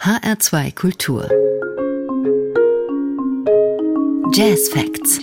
HR2 Kultur. Jazz Facts.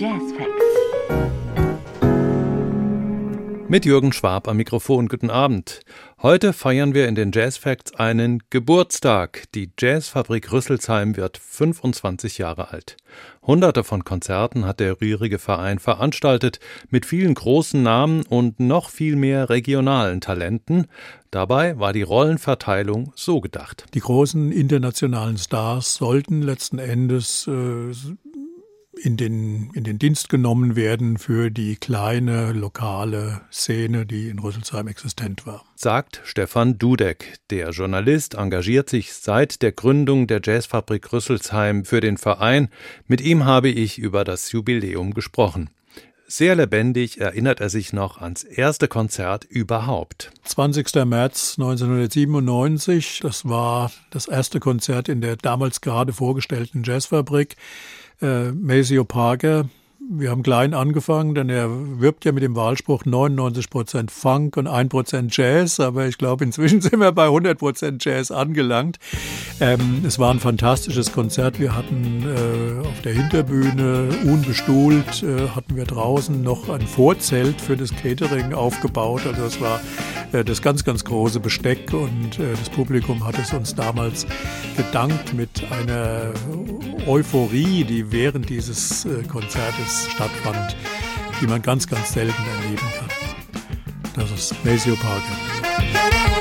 Mit Jürgen Schwab am Mikrofon. Guten Abend. Heute feiern wir in den Jazz Facts einen Geburtstag. Die Jazzfabrik Rüsselsheim wird 25 Jahre alt. Hunderte von Konzerten hat der rührige Verein veranstaltet, mit vielen großen Namen und noch viel mehr regionalen Talenten. Dabei war die Rollenverteilung so gedacht. Die großen internationalen Stars sollten letzten Endes in den Dienst genommen werden für die kleine lokale Szene, die in Rüsselsheim existent war. Sagt Stefan Dudek. Der Journalist engagiert sich seit der Gründung der Jazzfabrik Rüsselsheim für den Verein. Mit ihm habe ich über das Jubiläum gesprochen. Sehr lebendig erinnert er sich noch ans erste Konzert überhaupt. 20. März 1997, das war das erste Konzert in der damals gerade vorgestellten Jazzfabrik. Maceo Parker, wir haben klein angefangen, denn er wirbt ja mit dem Wahlspruch 99% Funk und 1% Jazz, aber ich glaube, inzwischen sind wir bei 100% Jazz angelangt. Es war ein fantastisches Konzert. Wir hatten auf der Hinterbühne unbestuhlt, hatten wir draußen noch ein Vorzelt für das Catering aufgebaut. Also das war das ganz, ganz große Besteck und das Publikum hat es uns damals gedankt mit einer Euphorie, die während dieses Konzertes stattfand, die man ganz, ganz selten erleben kann. Das ist Maceo Parker.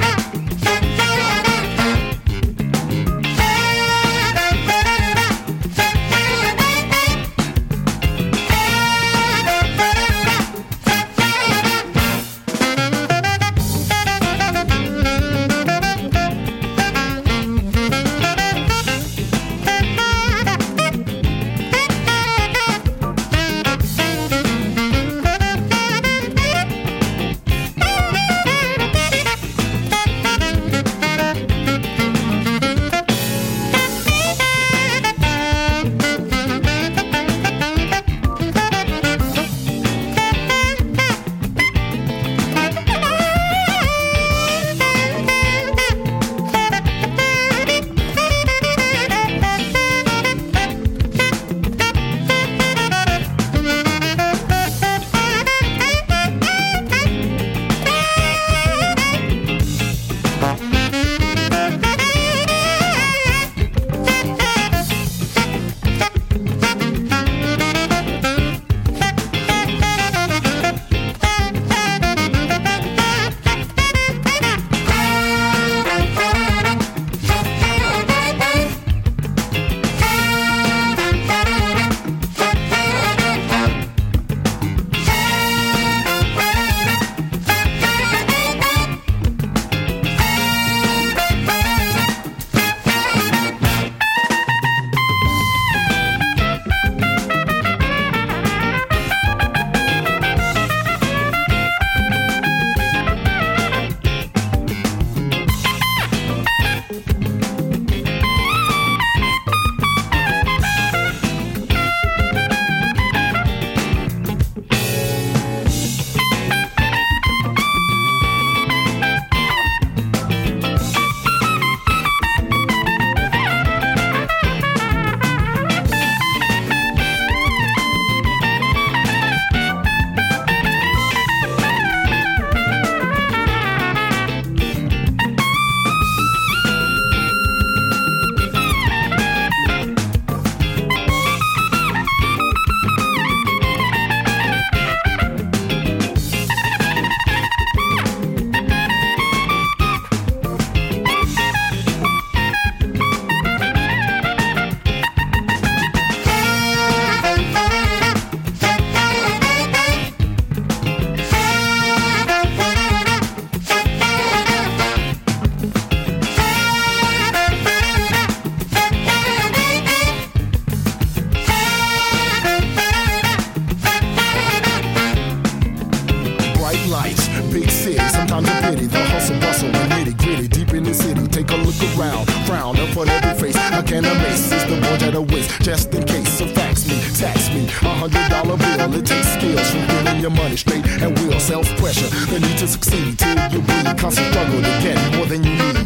$100 bill. It takes skills from getting your money straight and will self-pressure. The need to succeed till you bleed. Constant struggle to get more than you need.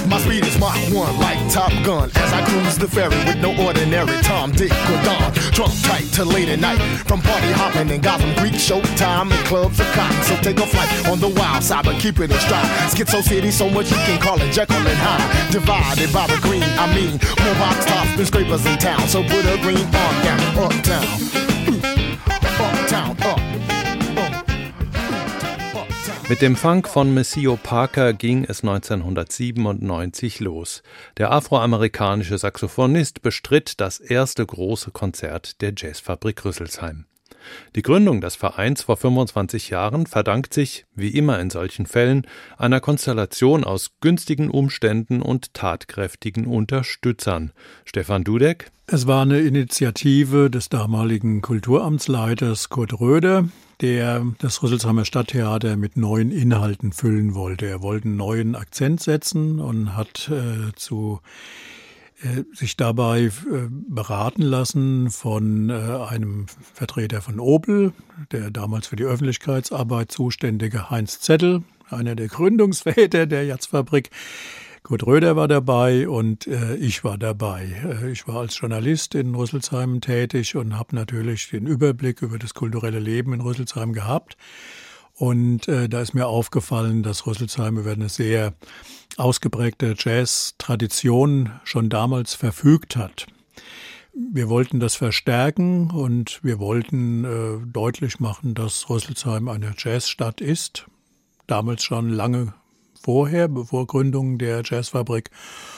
My speed is Mach 1 like Top Gun as I cruise the ferry with no ordinary Tom, Dick, or Don. Drunk tight till late at night from party hopping in Gotham Creek, showtime and clubs of cotton. So take a flight on the wild side, but keep it in stride. Schizo City, so much you can call it Jekyll and Hyde. Divided by the green, I mean, more box tops than scrapers in town. So put a green on down, uptown, uptown, up. Mit dem Funk von Maceo Parker ging es 1997 los. Der afroamerikanische Saxophonist bestritt das erste große Konzert der Jazzfabrik Rüsselsheim. Die Gründung des Vereins vor 25 Jahren verdankt sich, wie immer in solchen Fällen, einer Konstellation aus günstigen Umständen und tatkräftigen Unterstützern. Stefan Dudek? Es war eine Initiative des damaligen Kulturamtsleiters Kurt Röder, der das Rüsselsheimer Stadttheater mit neuen Inhalten füllen wollte. Er wollte einen neuen Akzent setzen und hat sich dabei beraten lassen von einem Vertreter von Opel, der damals für die Öffentlichkeitsarbeit zuständige Heinz Zettel, einer der Gründungsväter der Jazzfabrik. Kurt Röder war dabei und ich war dabei. Ich war als Journalist in Rüsselsheim tätig und habe natürlich den Überblick über das kulturelle Leben in Rüsselsheim gehabt. Und da ist mir aufgefallen, dass Rüsselsheim über eine sehr ausgeprägte Jazz-Tradition schon damals verfügt hat. Wir wollten das verstärken und wir wollten deutlich machen, dass Rüsselsheim eine Jazzstadt ist. Damals schon lange vorher, bevor Gründung der Jazzfabrik.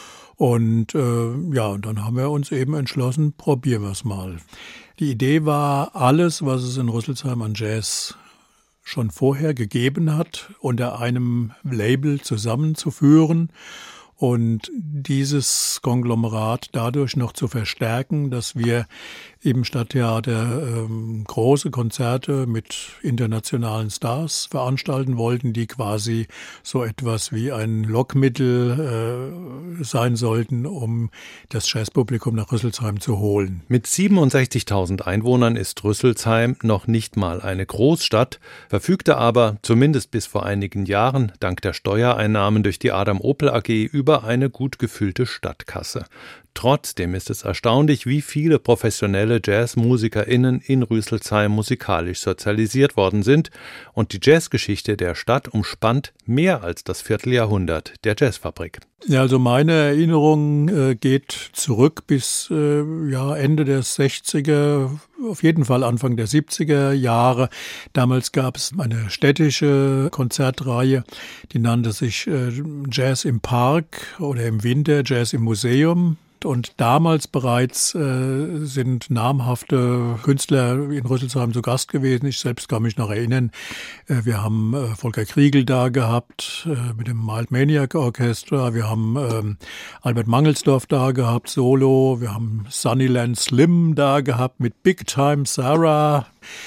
Und und dann haben wir uns eben entschlossen, probieren wir es mal. Die Idee war, alles, was es in Rüsselsheim an Jazz schon vorher gegeben hat, unter einem Label zusammenzuführen und dieses Konglomerat dadurch noch zu verstärken, dass wir im Stadttheater große Konzerte mit internationalen Stars veranstalten wollten, die quasi so etwas wie ein Lockmittel sein sollten, um das Jazzpublikum nach Rüsselsheim zu holen. Mit 67.000 Einwohnern ist Rüsselsheim noch nicht mal eine Großstadt, verfügte aber, zumindest bis vor einigen Jahren, dank der Steuereinnahmen durch die Adam Opel AG über eine gut gefüllte Stadtkasse. Trotzdem ist es erstaunlich, wie viele professionelle JazzmusikerInnen in Rüsselsheim musikalisch sozialisiert worden sind, und die Jazzgeschichte der Stadt umspannt mehr als das Vierteljahrhundert der Jazzfabrik. Ja, also meine Erinnerung geht zurück bis Ende der 60er, auf jeden Fall Anfang der 70er Jahre. Damals gab es eine städtische Konzertreihe, die nannte sich Jazz im Park oder im Winter Jazz im Museum. Und damals bereits sind namhafte Künstler in Rüsselsheim zu Gast gewesen. Ich selbst kann mich noch erinnern, wir haben Volker Kriegel da gehabt mit dem Mild Maniac Orchestra. Wir haben Albert Mangelsdorf da gehabt, Solo. Wir haben Sunnyland Slim da gehabt mit Big Time Sarah.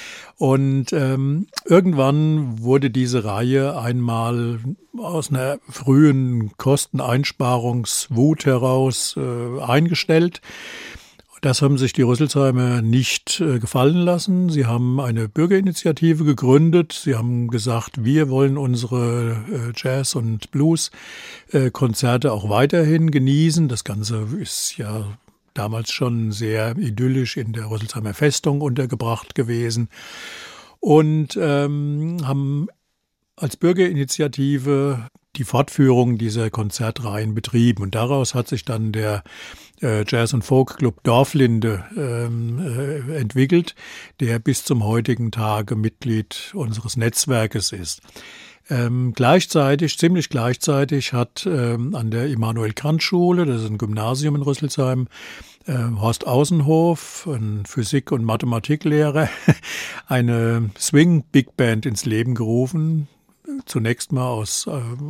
Und irgendwann wurde diese Reihe einmal aus einer frühen Kosteneinsparungswut heraus eingestellt. Das haben sich die Rüsselsheimer nicht gefallen lassen. Sie haben eine Bürgerinitiative gegründet. Sie haben gesagt, wir wollen unsere Jazz- und Blues-Konzerte auch weiterhin genießen. Das Ganze ist ja damals schon sehr idyllisch in der Rüsselsheimer Festung untergebracht gewesen und haben als Bürgerinitiative die Fortführung dieser Konzertreihen betrieben. Und daraus hat sich dann der Jazz- und Folk-Club Dorflinde entwickelt, der bis zum heutigen Tage Mitglied unseres Netzwerkes ist. Ziemlich gleichzeitig hat an der Immanuel-Kant-Schule, das ist ein Gymnasium in Rüsselsheim, Horst Außenhof, ein Physik- und Mathematiklehrer, eine Swing-Big-Band ins Leben gerufen. Zunächst mal aus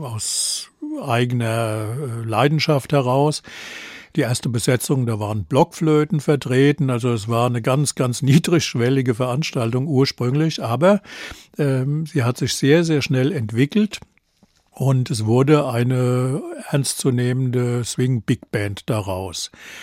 eigener Leidenschaft heraus. Die erste Besetzung, da waren Blockflöten vertreten, also es war eine ganz, ganz niedrigschwellige Veranstaltung ursprünglich, aber sie hat sich sehr, sehr schnell entwickelt und es wurde eine ernstzunehmende Swing-Big Band daraus.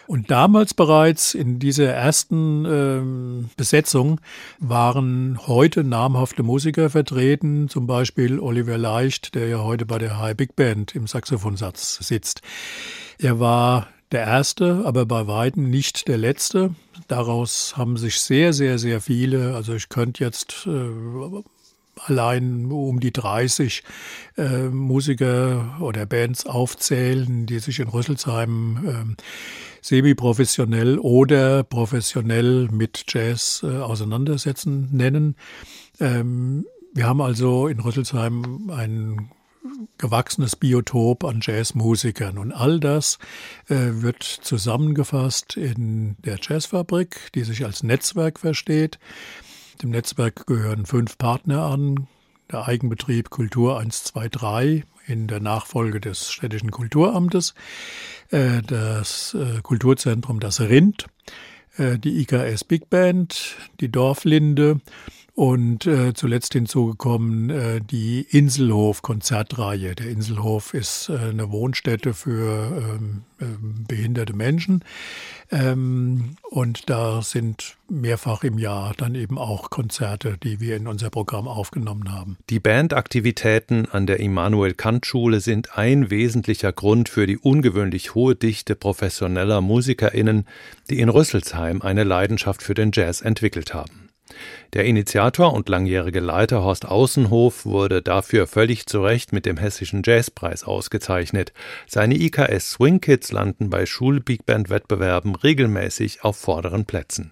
Und damals bereits in dieser ersten Besetzung waren heute namhafte Musiker vertreten, zum Beispiel Oliver Leicht, der ja heute bei der High Big Band im Saxophonsatz sitzt. Er war der Erste, aber bei weitem nicht der Letzte. Daraus haben sich sehr, sehr, sehr viele, also ich könnte jetzt allein um die 30 Musiker oder Bands aufzählen, die sich in Rüsselsheim semi-professionell oder professionell mit Jazz auseinandersetzen nennen. Wir haben also in Rüsselsheim ein gewachsenes Biotop an Jazzmusikern. Und all das wird zusammengefasst in der Jazzfabrik, die sich als Netzwerk versteht. Dem Netzwerk gehören 5 Partner an. Der Eigenbetrieb Kultur 123 in der Nachfolge des städtischen Kulturamtes, das Kulturzentrum Das Rind, die IKS Big Band, die Dorflinde und zuletzt hinzugekommen die Inselhof-Konzertreihe. Der Inselhof ist eine Wohnstätte für behinderte Menschen und da sind mehrfach im Jahr dann eben auch Konzerte, die wir in unser Programm aufgenommen haben. Die Bandaktivitäten an der Immanuel-Kant-Schule sind ein wesentlicher Grund für die ungewöhnlich hohe Dichte professioneller MusikerInnen, die in Rüsselsheim eine Leidenschaft für den Jazz entwickelt haben. Der Initiator und langjährige Leiter Horst Außenhof wurde dafür völlig zu Recht mit dem Hessischen Jazzpreis ausgezeichnet. Seine IKS Swing Kids landen bei Schul-Big-Band-Wettbewerben regelmäßig auf vorderen Plätzen.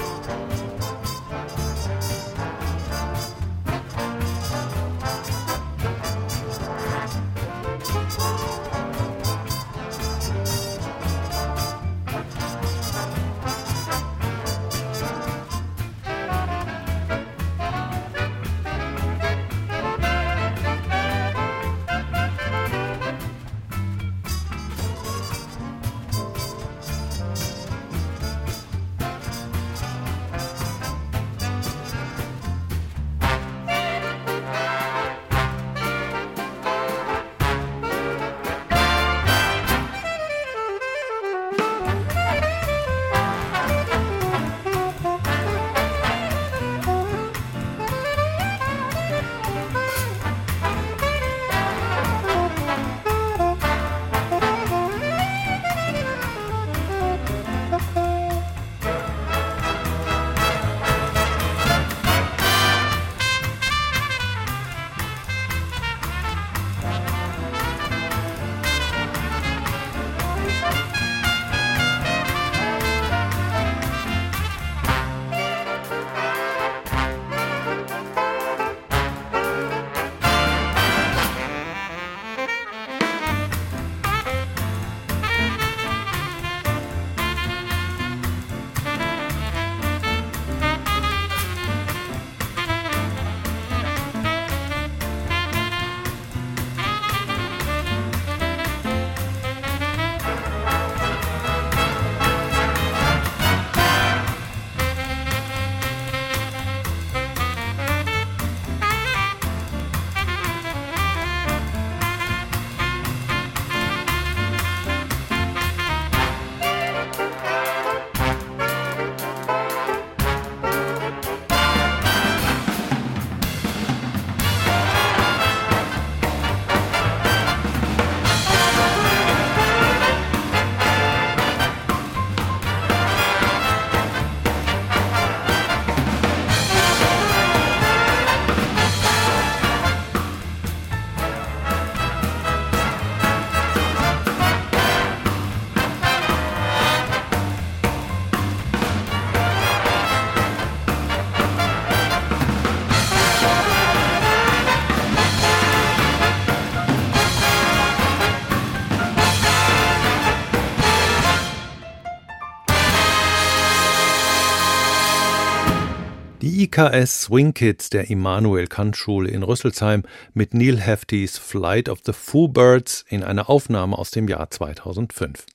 Die IKS Swing Kids der Immanuel-Kant-Schule in Rüsselsheim mit Neil Heftis Flight of the Foo Birds in einer Aufnahme aus dem Jahr 2005.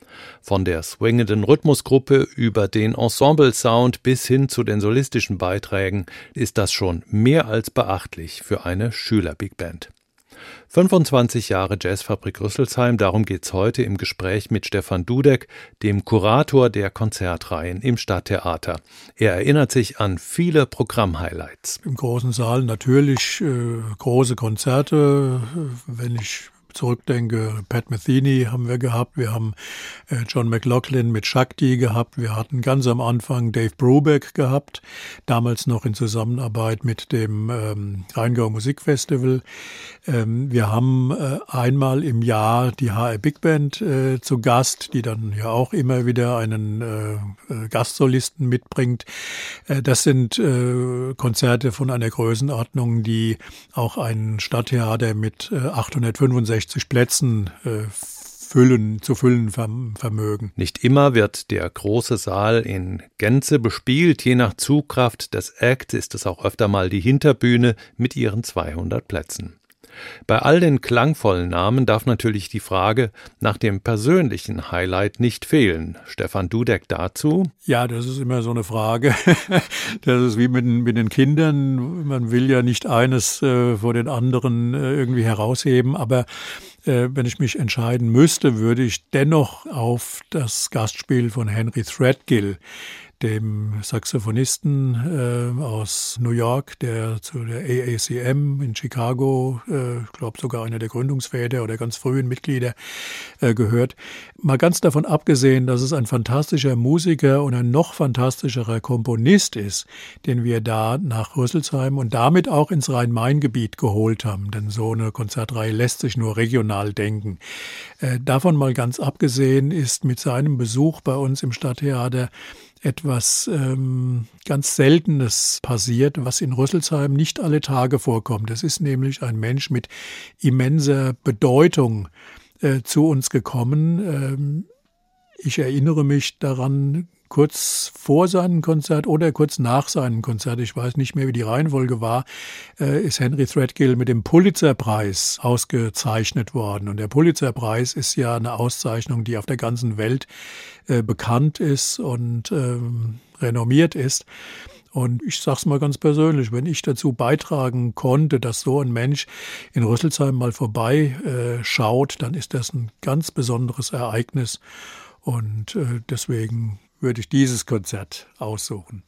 Von der swingenden Rhythmusgruppe über den Ensemble-Sound bis hin zu den solistischen Beiträgen ist das schon mehr als beachtlich für eine Schüler-Big Band. 25 Jahre Jazzfabrik Rüsselsheim, darum geht's heute im Gespräch mit Stefan Dudek, dem Kurator der Konzertreihen im Stadttheater. Er erinnert sich an viele Programmhighlights. Im großen Saal natürlich große Konzerte, wenn ich zurückdenke, Pat Metheny haben wir gehabt, wir haben John McLaughlin mit Shakti gehabt, wir hatten ganz am Anfang Dave Brubeck gehabt, damals noch in Zusammenarbeit mit dem Rheingau Musikfestival. Wir haben einmal im Jahr die HR Big Band zu Gast, die dann ja auch immer wieder einen Gastsolisten mitbringt. Das sind Konzerte von einer Größenordnung, die auch ein Stadttheater mit 865 Plätzen zu füllen vermögen. Nicht immer wird der große Saal in Gänze bespielt. Je nach Zugkraft des Acts ist es auch öfter mal die Hinterbühne mit ihren 200 Plätzen. Bei all den klangvollen Namen darf natürlich die Frage nach dem persönlichen Highlight nicht fehlen. Stefan Dudek dazu? Ja, das ist immer so eine Frage. Das ist wie mit den Kindern. Man will ja nicht eines vor den anderen irgendwie herausheben, aber wenn ich mich entscheiden müsste, würde ich dennoch auf das Gastspiel von Henry Threadgill, dem Saxophonisten aus New York, der zu der AACM in Chicago, ich glaube sogar einer der Gründungsväter oder ganz frühen Mitglieder gehört. Mal ganz davon abgesehen, dass es ein fantastischer Musiker und ein noch fantastischerer Komponist ist, den wir da nach Rüsselsheim und damit auch ins Rhein-Main-Gebiet geholt haben. Denn so eine Konzertreihe lässt sich nur regional denken. Davon mal ganz abgesehen ist mit seinem Besuch bei uns im Stadttheater etwas ganz Seltenes passiert, was in Rüsselsheim nicht alle Tage vorkommt. Es ist nämlich ein Mensch mit immenser Bedeutung zu uns gekommen. Ich erinnere mich daran, kurz vor seinem Konzert oder kurz nach seinem Konzert, ich weiß nicht mehr, wie die Reihenfolge war, ist Henry Threadgill mit dem Pulitzerpreis ausgezeichnet worden. Und der Pulitzerpreis ist ja eine Auszeichnung, die auf der ganzen Welt bekannt ist und renommiert ist. Und ich sag's mal ganz persönlich, wenn ich dazu beitragen konnte, dass so ein Mensch in Rüsselsheim mal vorbei schaut, dann ist das ein ganz besonderes Ereignis. Und deswegen würde ich dieses Konzert aussuchen.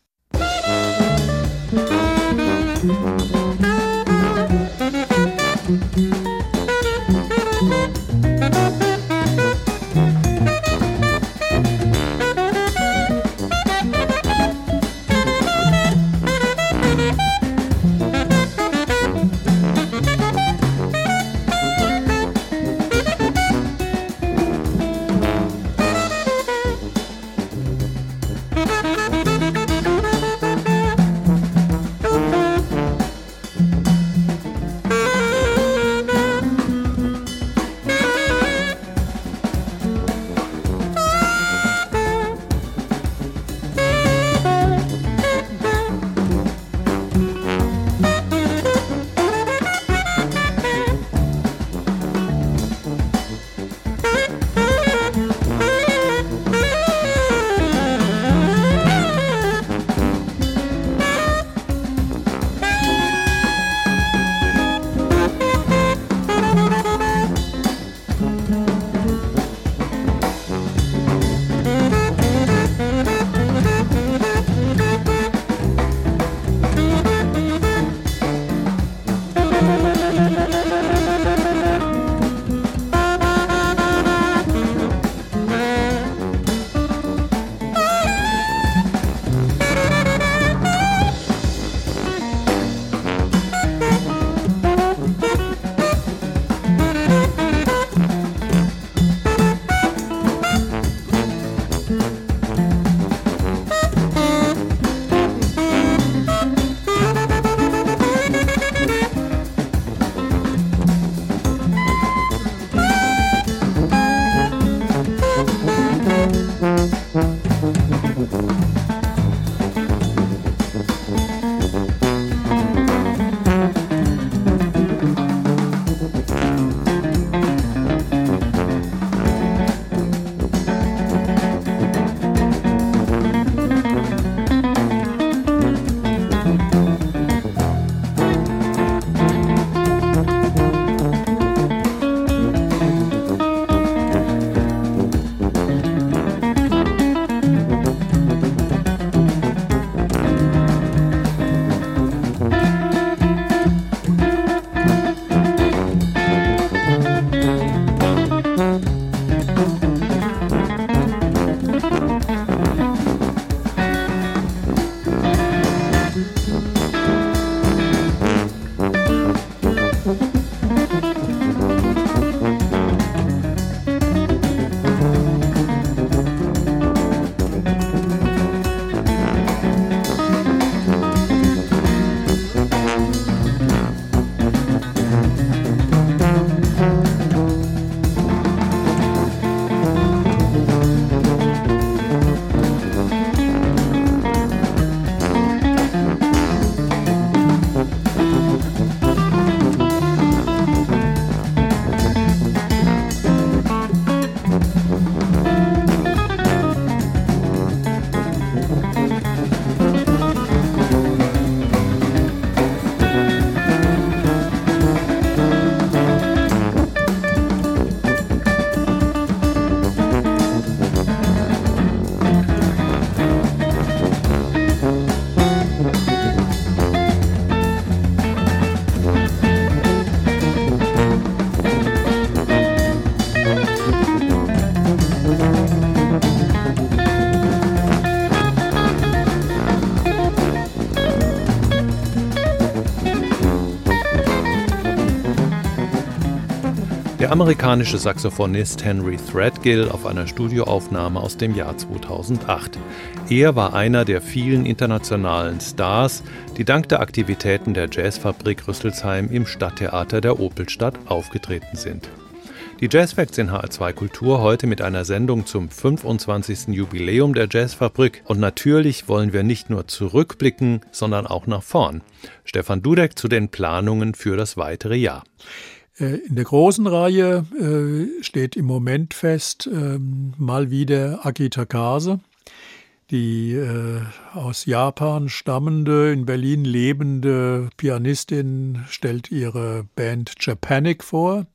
amerikanische Saxophonist Henry Threadgill auf einer Studioaufnahme aus dem Jahr 2008. Er war einer der vielen internationalen Stars, die dank der Aktivitäten der Jazzfabrik Rüsselsheim im Stadttheater der Opelstadt aufgetreten sind. Die Jazzfacts in HR2 Kultur heute mit einer Sendung zum 25. Jubiläum der Jazzfabrik. Und natürlich wollen wir nicht nur zurückblicken, sondern auch nach vorn. Stefan Dudek zu den Planungen für das weitere Jahr. In der großen Reihe steht im Moment fest mal wieder Aki Takase, die aus Japan stammende, in Berlin lebende Pianistin, stellt ihre Band Japanic vor.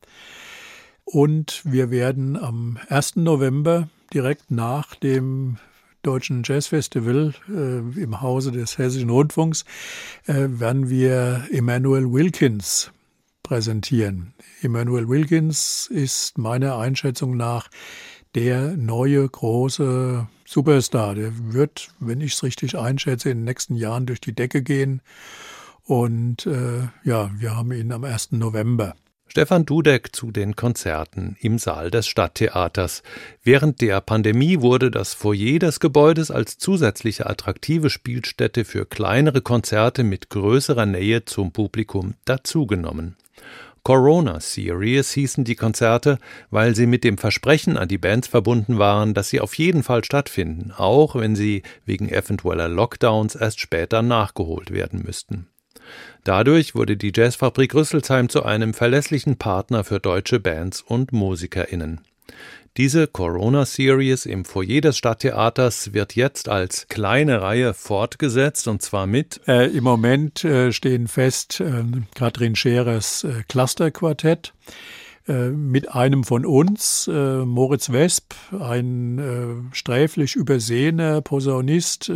Und wir werden am 1. November, direkt nach dem Deutschen Jazzfestival im Hause des Hessischen Rundfunks, werden wir Emmanuel Wilkins präsentieren. Emmanuel Wilkins ist meiner Einschätzung nach der neue große Superstar. Der wird, wenn ich es richtig einschätze, in den nächsten Jahren durch die Decke gehen. Und wir haben ihn am 1. November. Stefan Dudek zu den Konzerten im Saal des Stadttheaters. Während der Pandemie wurde das Foyer des Gebäudes als zusätzliche attraktive Spielstätte für kleinere Konzerte mit größerer Nähe zum Publikum dazugenommen. Corona Series hießen die Konzerte, weil sie mit dem Versprechen an die Bands verbunden waren, dass sie auf jeden Fall stattfinden, auch wenn sie wegen eventueller Lockdowns erst später nachgeholt werden müssten. Dadurch wurde die Jazzfabrik Rüsselsheim zu einem verlässlichen Partner für deutsche Bands und MusikerInnen. Diese Corona-Series im Foyer des Stadttheaters wird jetzt als kleine Reihe fortgesetzt, und zwar mit Im Moment stehen fest Katrin Scherers Clusterquartett mit einem von uns, Moritz Wesp, ein sträflich übersehener Posaunist,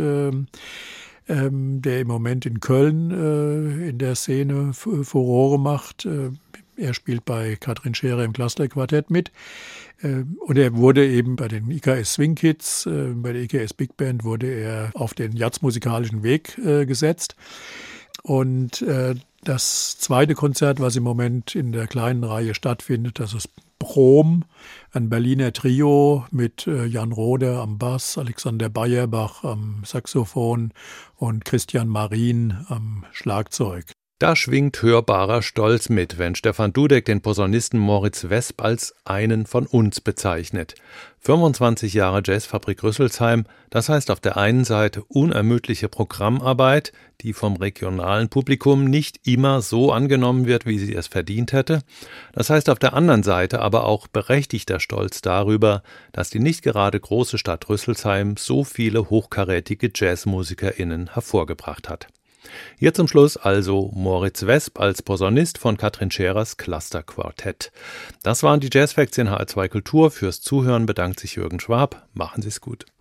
der im Moment in Köln in der Szene Furore macht. Er spielt bei Katrin Scherer im Clusterquartett mit. Und er wurde eben bei den IKS Swing Kids, bei der IKS Big Band wurde er auf den jazzmusikalischen Weg gesetzt. Und das zweite Konzert, was im Moment in der kleinen Reihe stattfindet, das ist Brom, ein Berliner Trio mit Jan Roder am Bass, Alexander Beyerbach am Saxophon und Christian Marin am Schlagzeug. Da schwingt hörbarer Stolz mit, wenn Stefan Dudek den Posaunisten Moritz Wesp als einen von uns bezeichnet. 25 Jahre Jazzfabrik Rüsselsheim, das heißt auf der einen Seite unermüdliche Programmarbeit, die vom regionalen Publikum nicht immer so angenommen wird, wie sie es verdient hätte. Das heißt auf der anderen Seite aber auch berechtigter Stolz darüber, dass die nicht gerade große Stadt Rüsselsheim so viele hochkarätige JazzmusikerInnen hervorgebracht hat. Hier zum Schluss also Moritz Wesp als Posaunist von Katrin Scherers Clusterquartett. Das waren die Jazzfacts in HR2 Kultur. Fürs Zuhören bedankt sich Jürgen Schwab. Machen Sie es gut.